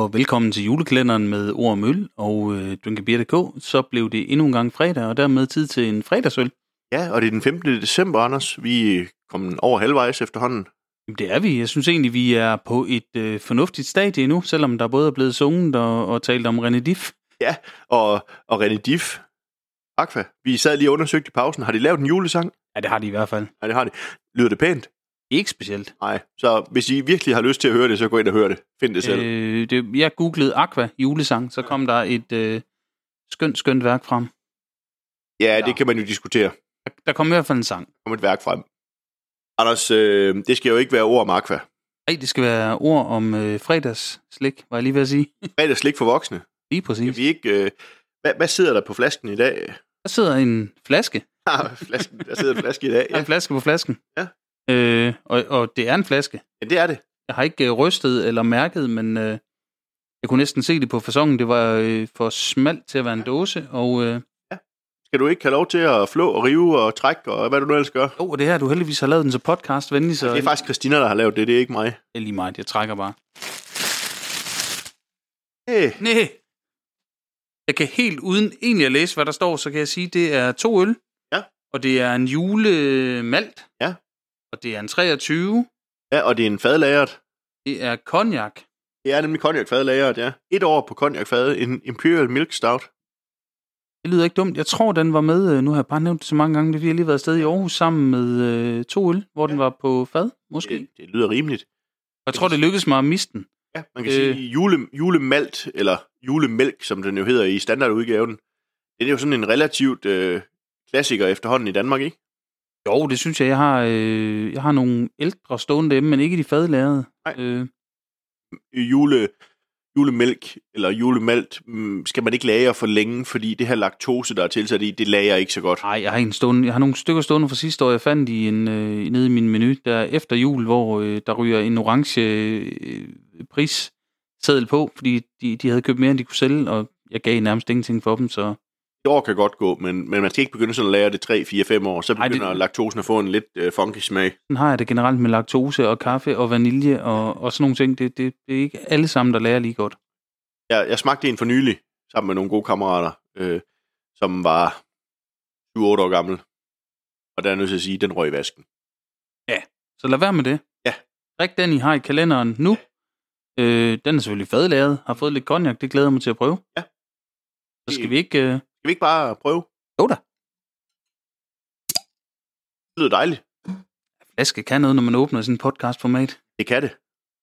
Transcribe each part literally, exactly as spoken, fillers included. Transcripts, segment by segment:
og velkommen til julekalenderen med Ord og Møl og øh, Drinkabeer punktum d k. Så blev det endnu en gang fredag, og dermed tid til en fredagsøl. Ja, og det er den femtende december, Anders. Vi er kommet over halvvejs efterhånden. Jamen, det er vi. Jeg synes egentlig, vi er på et øh, fornuftigt stadie nu, selvom der både er blevet sunget og, og talt om René Dif. Ja, og, og René Dif, Aqua, vi sad lige og undersøgte i pausen. Har de lavet en julesang? Ja, det har de i hvert fald. Ja, det har de. Lyder det pænt? Ikke specielt. Nej, så hvis I virkelig har lyst til at høre det, så gå ind og hør det. Find det selv. Øh, det, jeg googlede Aqua julesang, så kom der et øh, skønt, skønt værk frem. Ja, ja, det kan man jo diskutere. Der, der kom i hvert fald en sang. Der kom et værk frem. Anders, øh, det skal jo ikke være ord om Aqua. Nej, det skal være ord om øh, fredagsslik, var jeg lige ved at sige. Fredagslik for voksne. Lige præcis. Skal vi ikke, øh, hvad, hvad sidder der på flasken i dag? Der sidder en flaske. Ah, flasken, der sidder en flaske i dag. Ja. En flaske på flasken. Ja. Øh, og, og det er en flaske. Ja, det er det. Jeg har ikke øh, rystet eller mærket, men øh, jeg kunne næsten se det på façongen. Det var øh, for smalt til at være en dåse, og... Øh, ja. Skal du ikke have lov til at flå og rive og trække, og hvad du nu ellers gør? Jo, og det her, du heldigvis har lavet den så podcast venlig, så... Ja, det er faktisk Christina, der har lavet det, det er ikke mig. Det er lige meget, jeg trækker bare. Hey. Næh. Jeg kan helt uden egentlig at læse, hvad der står, så kan jeg sige, det er to øl. Ja. Og det er en julemalt. Ja. Og det er en treogtyve. Ja, og det er en fadlagret. Det er cognac. Det er nemlig cognac-fadlagret, ja. Et år på cognac-fadet, en Imperial Milk Stout. Det lyder ikke dumt. Jeg tror, den var med, nu har jeg bare nævnt det så mange gange, det vi har lige været afsted i Aarhus sammen med øh, to øl, hvor ja. Den var på fad, måske. Det, det lyder rimeligt. Jeg tror, det lykkedes mig at miste den. Ja, man kan øh. sige jule, julemalt, eller julemælk, som den jo hedder i standardudgaven. Det er jo sådan en relativt øh, klassiker efterhånden i Danmark, ikke? Jo, det synes jeg. Jeg har, øh, jeg har nogle ældre stående dem, men ikke de fadlagede. Nej. Øh. Jule, julemælk eller julemalt skal man ikke lagre for længe, fordi det her laktose, der er tilsat i, det lagrer ikke så godt. Nej, jeg har en stående, jeg har nogle stykker stående fra sidste år. Jeg fandt i en, øh, nede i min menu, der efter jul, hvor øh, der ryger en orange øh, prisseddel på, fordi de, de havde købt mere, end de kunne sælge, og jeg gav nærmest ingenting for dem, så... Et år kan godt gå, men, men man skal ikke begynde sådan at lære det tre, fire, fem år. Så begynder Ej, det... laktosen at få en lidt øh, funky smag. Sådan har jeg det generelt med laktose og kaffe og vanilje og, og sådan nogle ting. Det, det, det er ikke alle sammen, der lærer lige godt. Ja, jeg smagte en for nylig, sammen med nogle gode kammerater, øh, som var syv otte år gammel. Og der er nødt til at sige, at den røg i vasken. Ja, så lad være med det. Ja. Drik den, I har i kalenderen nu. Øh, den er selvfølgelig fadlaget, har fået lidt cognac, det glæder jeg mig til at prøve. Ja. Så skal vi ikke... Øh... Skal vi ikke bare prøve? Jo da. Det lyder dejligt. Flaske kan noget, når man åbner sådan en podcast-format. Det kan det.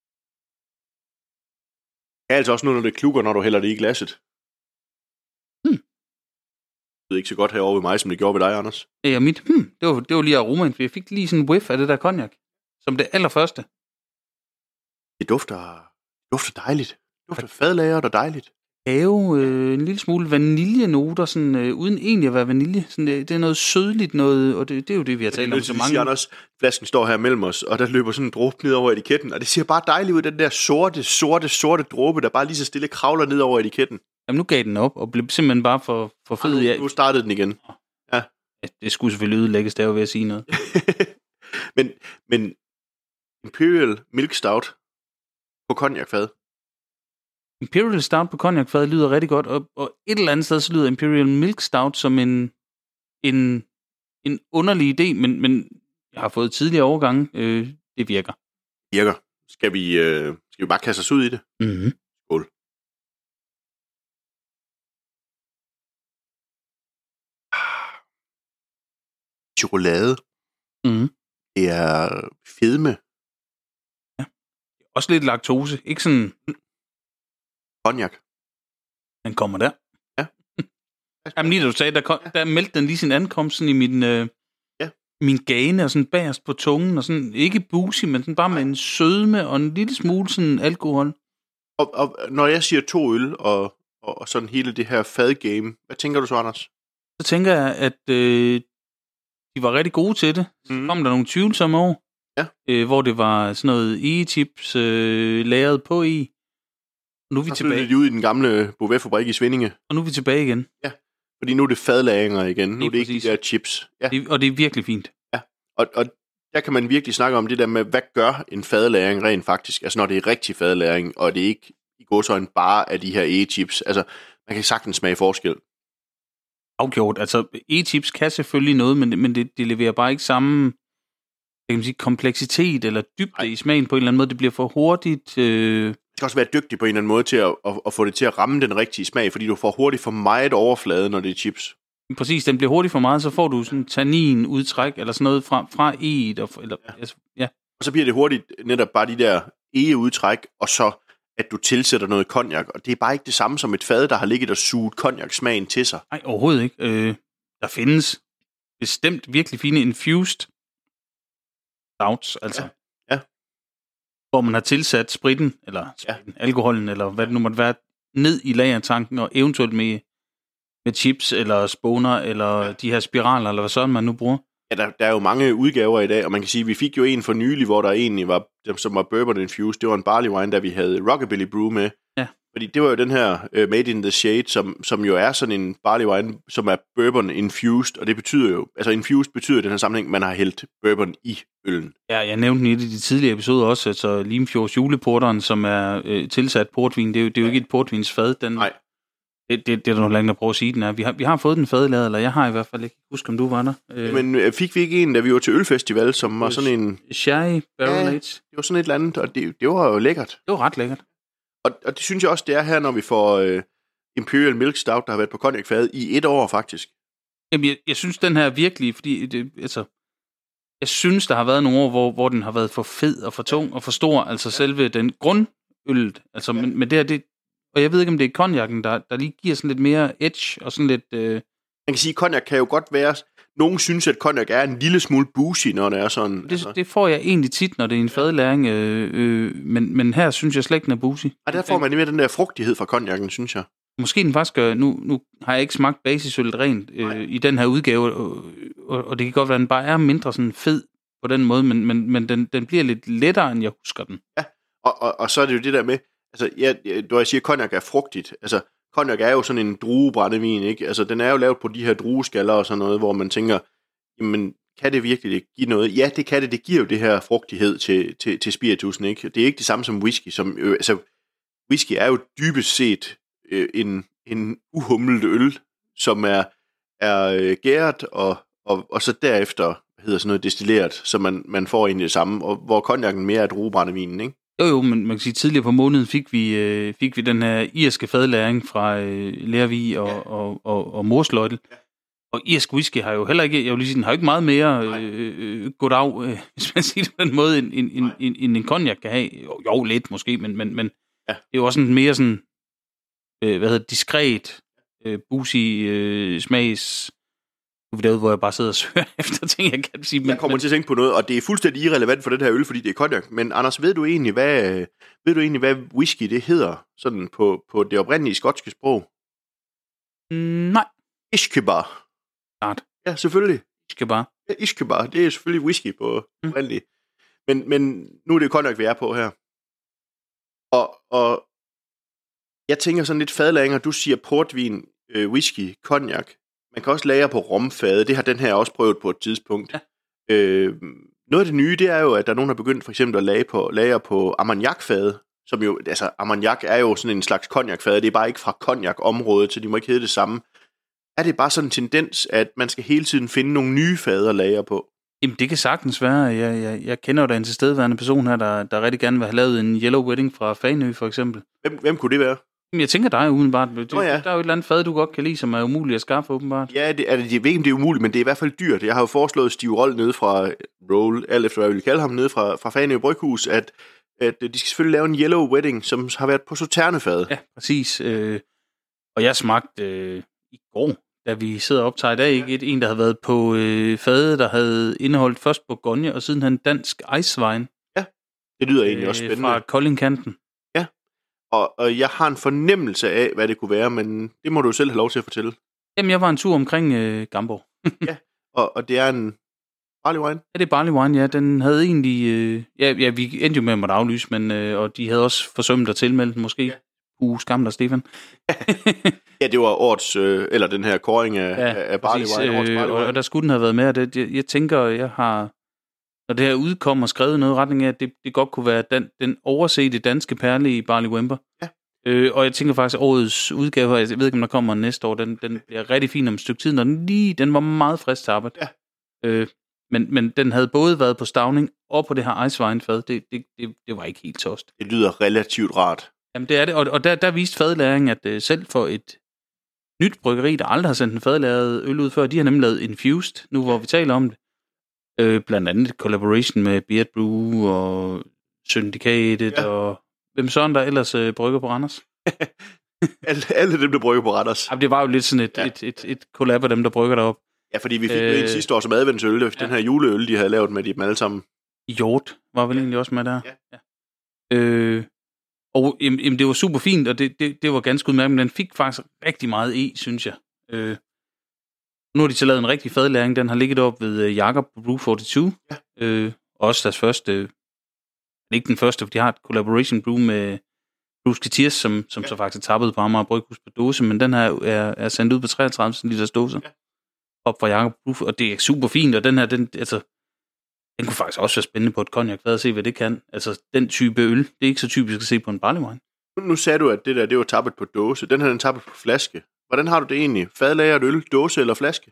Det er altså også noget, når det klukker, når du hælder det i glasset. Hmm. Det er ikke så godt herovre ved mig, som det gjorde ved dig, Anders. Ja, mit, hmm, det, var, det var lige aromaen, for jeg fik lige sådan en whiff af det der cognac. Som det allerførste. Det dufter, det dufter dejligt. Det dufter fadlagret og dejligt. Have, øh, en lille smule vaniljenoter, sådan, øh, uden egentlig at være vanilje. Sådan, det, det er noget sødligt, noget, og det, det er jo det, vi har talt om så mange. Anders, flasken står her mellem os, og der løber sådan en dråbe ned over etiketten, og det ser bare dejligt ud, den der sorte, sorte, sorte dråbe, der bare lige så stille kravler ned over etiketten. Jamen, nu gav den op, og blev simpelthen bare for, for fed. Ja, nu, nu startede den igen. Ja. Ja, det skulle selvfølgelig ødelægges, der ved at sige noget. men, men Imperial Milk Stout på cognac-fad. Imperial Stout på cognac-fad lyder rigtig godt, og, og et eller andet sted så lyder Imperial Milk Stout som en, en, en underlig idé, men, men jeg har fået tidligere overgange. Øh, det virker. Virker. Skal vi, øh, skal vi bare kaste os ud i det? Mhm. Skål. Chokolade. Mhm. Det er fedme. Ja. Også lidt laktose. Ikke sådan... Cognac. Den kommer der. Ja. Jamen lige da du sagde, der, kom, der meldte den lige sin ankomst sådan i min, øh, ja. min gane og sådan bagerst på tungen, og sådan ikke boozy, men sådan bare med en sødme og en lille smule sådan alkohol. Og, og når jeg siger to øl og, og, og sådan hele det her fadgame, hvad tænker du så, Anders? Så tænker jeg, at øh, de var rigtig gode til det. Så mm. kom der nogle tvivlsomme år, ja. øh, hvor det var sådan noget e-chips øh, lagret på i. Nu er vi så tilbage. De ud i den gamle Beauvais-fabrik i Svindinge. Og nu er vi tilbage igen. Ja, fordi nu er det fadlagringer igen. Nu Lige er det præcis. ikke de der chips. Ja. Det, og det er virkelig fint. Ja, og, og der kan man virkelig snakke om det der med, hvad gør en fadlagring rent faktisk? Altså når det er rigtig fadlagring, og det ikke gåseøjne bare af de her egechips. Altså, man kan sagtens smage forskel. Afgjort. Altså, e-chips kan selvfølgelig noget, men, men det, det leverer bare ikke samme kan man sige, kompleksitet eller dybde Ej. i smagen på en eller anden måde. Det bliver for hurtigt. Øh... Du skal også være dygtig på en eller anden måde til at, at, at få det til at ramme den rigtige smag, fordi du får hurtigt for meget overflade, når det er chips. Præcis, den bliver hurtigt for meget, så får du sådan tannin-udtræk eller sådan noget fra, fra eget. Og, eller, ja. Altså, ja. Og så bliver det hurtigt netop bare de der ege-udtræk, og så at du tilsætter noget cognac. Og det er bare ikke det samme som et fad, der har ligget og suget cognac-smagen til sig. Nej, overhovedet ikke. Øh, der findes bestemt virkelig fine infused stouts, altså. Ja. Ja. Hvor man har tilsat spritten, eller spritten, ja. alkoholen, eller hvad det nu måtte være, ned i lagertanken, og eventuelt med, med chips, eller spåner, eller ja. de her spiraler, eller hvad sådan man nu bruger. Ja, der, der er jo mange udgaver i dag, og man kan sige, at vi fik jo en for nylig, hvor der egentlig var, som var bourbon infused. Det var en barley wine, der vi havde Rockabilly Brew med. Ja. Fordi det var jo den her uh, Made in the Shade, som, som jo er sådan en barley wine, som er bourbon infused, og det betyder jo, altså infused betyder i den her sammenhæng, man har hældt bourbon i øllen. Ja, jeg nævnte den i de tidligere episoder også, altså Limfjords juleporteren, som er øh, tilsat portvin, det er jo, det er jo ikke et portvinsfad. Den, Nej. Det, det, det er der nok langt at prøve at sige, den er. Vi har, vi har fået den fadeladet, eller jeg har i hvert fald ikke huske, om du var der. Øh, Men fik vi ikke en, da vi var til ølfestival, som var sådan en... Sherry Barrel Aged? Ja, det var sådan et eller andet, og det, det var jo lækkert. Det var ret lækkert. Og, og det synes jeg også, det er her, når vi får øh, Imperial Milk Stout, der har været på cognac-fad i et år, faktisk. Jamen, jeg, jeg synes, den her virkelig, fordi det, altså, jeg synes, der har været nogle år, hvor, hvor den har været for fed og for tung og for stor, altså ja. selve den grundøllet, altså, ja. men, men det er det, og jeg ved ikke, om det er cognacen, der, der lige giver sådan lidt mere edge og sådan lidt... Øh... Man kan sige, at cognac kan jo godt være... Nogen synes, at cognac er en lille smule bougie, når det er sådan... Det, altså. det får jeg egentlig tit, når det er en fadlæring, øh, øh, men, men her synes jeg slet ikke, den er bougie. Og der får man lige mere den der frugtighed fra cognacen, synes jeg. Måske den faktisk gør... Nu, nu har jeg ikke smagt basisøl rent øh, i den her udgave, og, og, og det kan godt være, at den bare er mindre sådan fed på den måde, men, men, men den, den bliver lidt lettere, end jeg husker den. Ja, og, og, og så er det jo det der med... Altså, jeg, når jeg siger, at cognac er frugtigt, altså, cognac er jo sådan en druebrændevin, ikke? Altså, den er jo lavet på de her drueskaller og sådan noget, hvor man tænker, jamen, kan det virkelig give noget? Ja, det kan det. Det giver jo det her frugtighed til, til, til spiritusen, ikke? Det er ikke det samme som whisky. Som, øh, altså, whisky er jo dybest set øh, en, en uhumlet øl, som er, er øh, gæret, og, og, og så derefter hedder sådan noget destilleret, så man, man får egentlig det samme, og hvor cognacen mere er druebrændevinen, ikke? Jo jo, men man kan sige, tidligere på måneden fik vi, øh, fik vi den her irske fadlæring fra øh, Lervig og, ja. og, og, og Morsløjtel. Ja. Og irsk whisky har jo heller ikke, jeg vil lige sige, den har jo ikke meget mere øh, gået af, øh, hvis man siger det på den måde, end, end, end, end, end en cognac kan have. Jo, jo lidt måske, men, men, men ja. det er jo også sådan mere sådan, øh, hvad hedder det, diskret, øh, boozy, øh, smags... Derude, hvor jeg bare sidder og søger efter ting, jeg kan sige. Men, jeg kommer men... til at tænke på noget, og det er fuldstændig irrelevant for den her øl, fordi det er cognac. Men Anders, ved du egentlig, hvad, ved du egentlig, hvad whisky det hedder, sådan på, på det oprindelige skotske sprog? Mm, nej. Ishkebar. Klart. Ja, selvfølgelig. Ishkebar. Ja, Ishkebar, det er selvfølgelig whisky på mm. oprindelige. Men, men nu er det cognac, vi er på her. Og, og jeg tænker sådan lidt fadlænger, du siger portvin, øh, whisky, cognac. Man kan også lagre på romfade. Det har den her også prøvet på et tidspunkt. Ja. Øh, noget af det nye, det er jo, at der er nogen, der er begyndt for eksempel at lagre på, lagre på armagnac-fade, som jo, altså armagnac er jo sådan en slags cognac-fade. Det er bare ikke fra cognac-området, så de må ikke hedde det samme. Er det bare sådan en tendens, at man skal hele tiden finde nogle nye fade at lagre på? Jamen, det kan sagtens være. Jeg, jeg, jeg kender jo da en tilstedeværende person her, der, der rigtig gerne vil have lavet en Yellow Wedding fra Fanø, for eksempel. Hvem, hvem kunne det være? Jeg tænker dig udenbart. Det, oh, ja. Der er jo et eller andet fad, du godt kan lide, som er umuligt at skaffe, åbenbart. Ja, det, er det, jeg ved ikke, om det er umuligt, men det er i hvert fald dyrt. Jeg har jo foreslået Steve Roll nede fra Roll, alt efter hvad jeg vil kalde ham, nede fra, fra Fanø Bryghus, at, at de skal selvfølgelig lave en Yellow Wedding, som har været på sauternefad. Ja, præcis. Øh, og jeg smagte øh, i går, da vi sidder og optager i dag, ikke? Et, en, der havde været på øh, fade, der havde indeholdt først Bourgogne, og siden han dansk Eiswein. Ja, det lyder egentlig øh, også spændende. Fra Koldingkanten. Ja, og, og jeg har en fornemmelse af, hvad det kunne være, men det må du selv have lov til at fortælle. Jamen, jeg var en tur omkring øh, Gamborg. Ja, og, og det er en barley wine? Ja, det er barley wine, ja. Den havde egentlig... Øh, ja, ja, vi endte jo med at måtte aflyse, men, øh, og de havde også forsømt at tilmelde den måske. Ja. Uh, skam dig, Stefan. Ja, det var årets, øh, eller den her kåring af, ja, af barley wine. Årets barley wine. Og, og der skulle den have været med. Det, jeg, jeg tænker, jeg har, når det her udkom og skrevet noget i retning af, at det, det godt kunne være den, den oversete danske perle i Barley Wimper. Ja. Øh, og jeg tænker faktisk, at årets udgave, jeg ved ikke, om der kommer næste år, den, den bliver rigtig fin om et stykke tid, når den lige, den var meget frisk til arbejde. Ja. Øh, men, men den havde både været på stavning og på det her Eiswein-fad. Det, det, det, det var ikke helt tost. Det lyder relativt rart. Jamen det er det, og, og der, der viste fadlæring, at uh, selv for et nyt bryggeri, der aldrig har sendt en fadlæret øl ud før, de har nemlig lavet Infused, nu hvor vi taler om det. Øh, blandt andet collaboration med Beard Brew og Syndicated, ja. Og hvem sådan der ellers uh, brygger på Randers? alle, alle dem, der brygger på Randers. Jamen, det var jo lidt sådan et, ja. et, et, et collab af dem, der brygger derop. Ja, fordi vi fik øh, en sidste år som adventsøl, ja. Den her juleøl, de havde lavet med dem alle sammen. Hjort var vel egentlig også med der. Ja. Ja. Øh, og jamen, jamen, det var super fint, og det, det, det var ganske udmærket, men den fik faktisk rigtig meget E, synes jeg. Øh, nu har de så lavet en rigtig fadlæring, den har ligget op ved uh, Jakob på Brew fireogfyrre. Ja. Øh, også deres første, øh, ikke den første, for de har et collaboration brew med Bruce Katiers, som, som ja. så faktisk er tappet på Amager Bryghus på dåse, men den her er, er sendt ud på treogtredive liters dåse. Ja. Op fra Jakob Brew, og det er super fint, og den her, den, altså, den kunne faktisk også være spændende på et cognac-fad at se, hvad det kan. Altså, den type øl, det er ikke så typisk at se på en barley wine. Nu sagde du, at det der, det var tappet på dåse. Den her, den tappet på flaske. Hvordan har du det egentlig? Fadlagret øl, dåse eller flaske?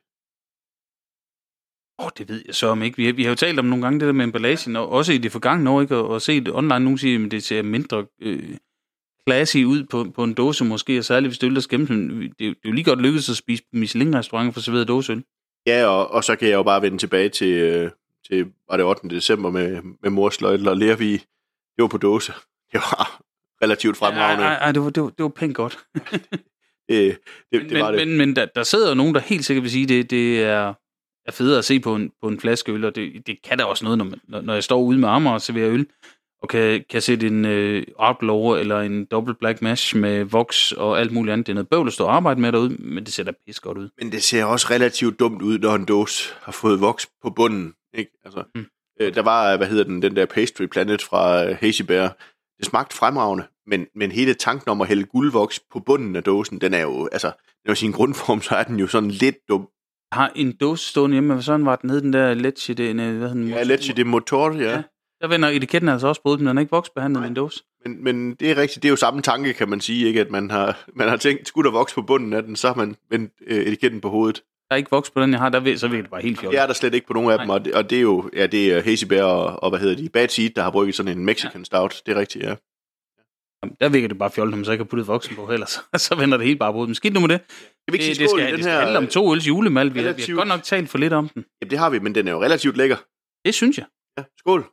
Åh, oh, det ved jeg så om ikke. Vi har, vi har jo talt om nogle gange det der med emballagen, og også i det forgangne år, ikke? Og, og set online, nogen siger, at det ser mindre øh, classy ud på, på en dåse måske, og særligt hvis det øl, der skal gemmes. Det, det er jo lige godt lykkedes at spise på Michelin-restauranter for serveret dåseøl. Ja, og, og så kan jeg jo bare vende tilbage til, øh, til var det ottende december med, med Morsløjtel og Lervig. Det var på dåse. Det var relativt fremragende. Ja, ja, ja, det var, det var, det var pænt godt. det, det, det men, var det. Men, men der, der sidder jo nogen, der helt sikkert vil sige, det, det er, er federe at se på en, på en flaske øl, og det, det kan da også noget, når, man, når jeg står ude med Amager og serverer øl, og kan, kan sætte en øh, Outlaw eller en Double Black Mash med voks og alt muligt andet. Det er noget bøvl at stå og arbejde med derude, men det ser da pisse godt ud. Men det ser også relativt dumt ud, når en dåse har fået voks på bunden. Ikke? Altså, mm. øh, der var, hvad hedder den, den der Pastry Planet fra øh, Hazy Bear. Det smagte fremragende, men, men hele tanken om at hælde guldvoks på bunden af dåsen, den er jo, altså, den er jo sin grundform, så er den jo sådan lidt dum. Jeg har en dåse stående hjemme, hvad sådan var den hed, den der Leche de, hvad hedder den? Ja, Leche de Motor, ja. ja. Der vender etiketten altså også på den, den er ikke voksbehandlet med en dåse. Men, men det er rigtigt, det er jo samme tanke, kan man sige, ikke? At man har, man har tænkt, skulle der voks på bunden af den, så har man vendt øh, etiketten på hovedet. Der er ikke voks på den, jeg har, der ved, så virker det bare helt fjollet. Det er der slet ikke på nogen af dem, og det, og det er jo, ja, det er Hazy Bear og, og hvad hedder de, Bad Seed, der har brugt sådan en Mexican ja. Stout, det er rigtigt, ja. Jamen, der virker det bare fjollet, når man så ikke har puttet voksen på heller, så, så vender det helt bare på hovedet. Men skidt nu med det. Det, det, det, skal, det skal handle om to øls julemalt. Vi, relativt... vi har godt nok talt for lidt om den. Jamen det har vi, men den er jo relativt lækker. Det synes jeg. Ja, skål.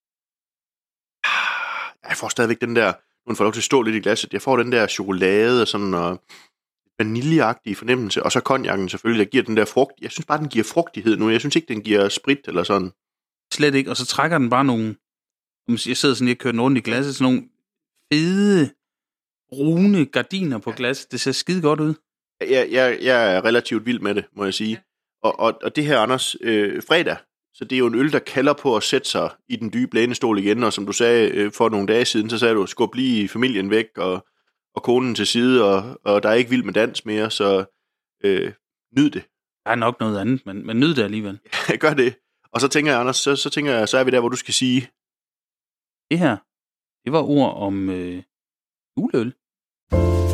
Jeg får stadigvæk den der, nu får lov til at stå lidt i glasset, jeg får den der chokolade og sådan og vaniljeagtige fornemmelse, og så konjakken selvfølgelig, der giver den der frugt. Jeg synes bare, den giver frugtighed nu. Jeg synes ikke, den giver sprit eller sådan. Slet ikke, og så trækker den bare nogle, jeg sidder sådan lige og kører den rundt i glasset, sådan nogle fede, brune gardiner på glas. Det ser skide godt ud. Jeg, jeg, jeg er relativt vild med det, må jeg sige. Og, og, og det her, Anders, øh, fredag, så det er jo en øl, der kalder på at sætte sig i den dybe lænestol igen, og som du sagde øh, for nogle dage siden, så sagde du, skub lige familien væk, og, og konen til side, og, og der er ikke vild med dans mere, så øh, nyd det. Der er nok noget andet, men, men nyd det alligevel. Ja, gør det. Og så tænker jeg, Anders, så, så tænker jeg, så er vi der, hvor du skal sige. Det her, det var ord om øh, juleøl.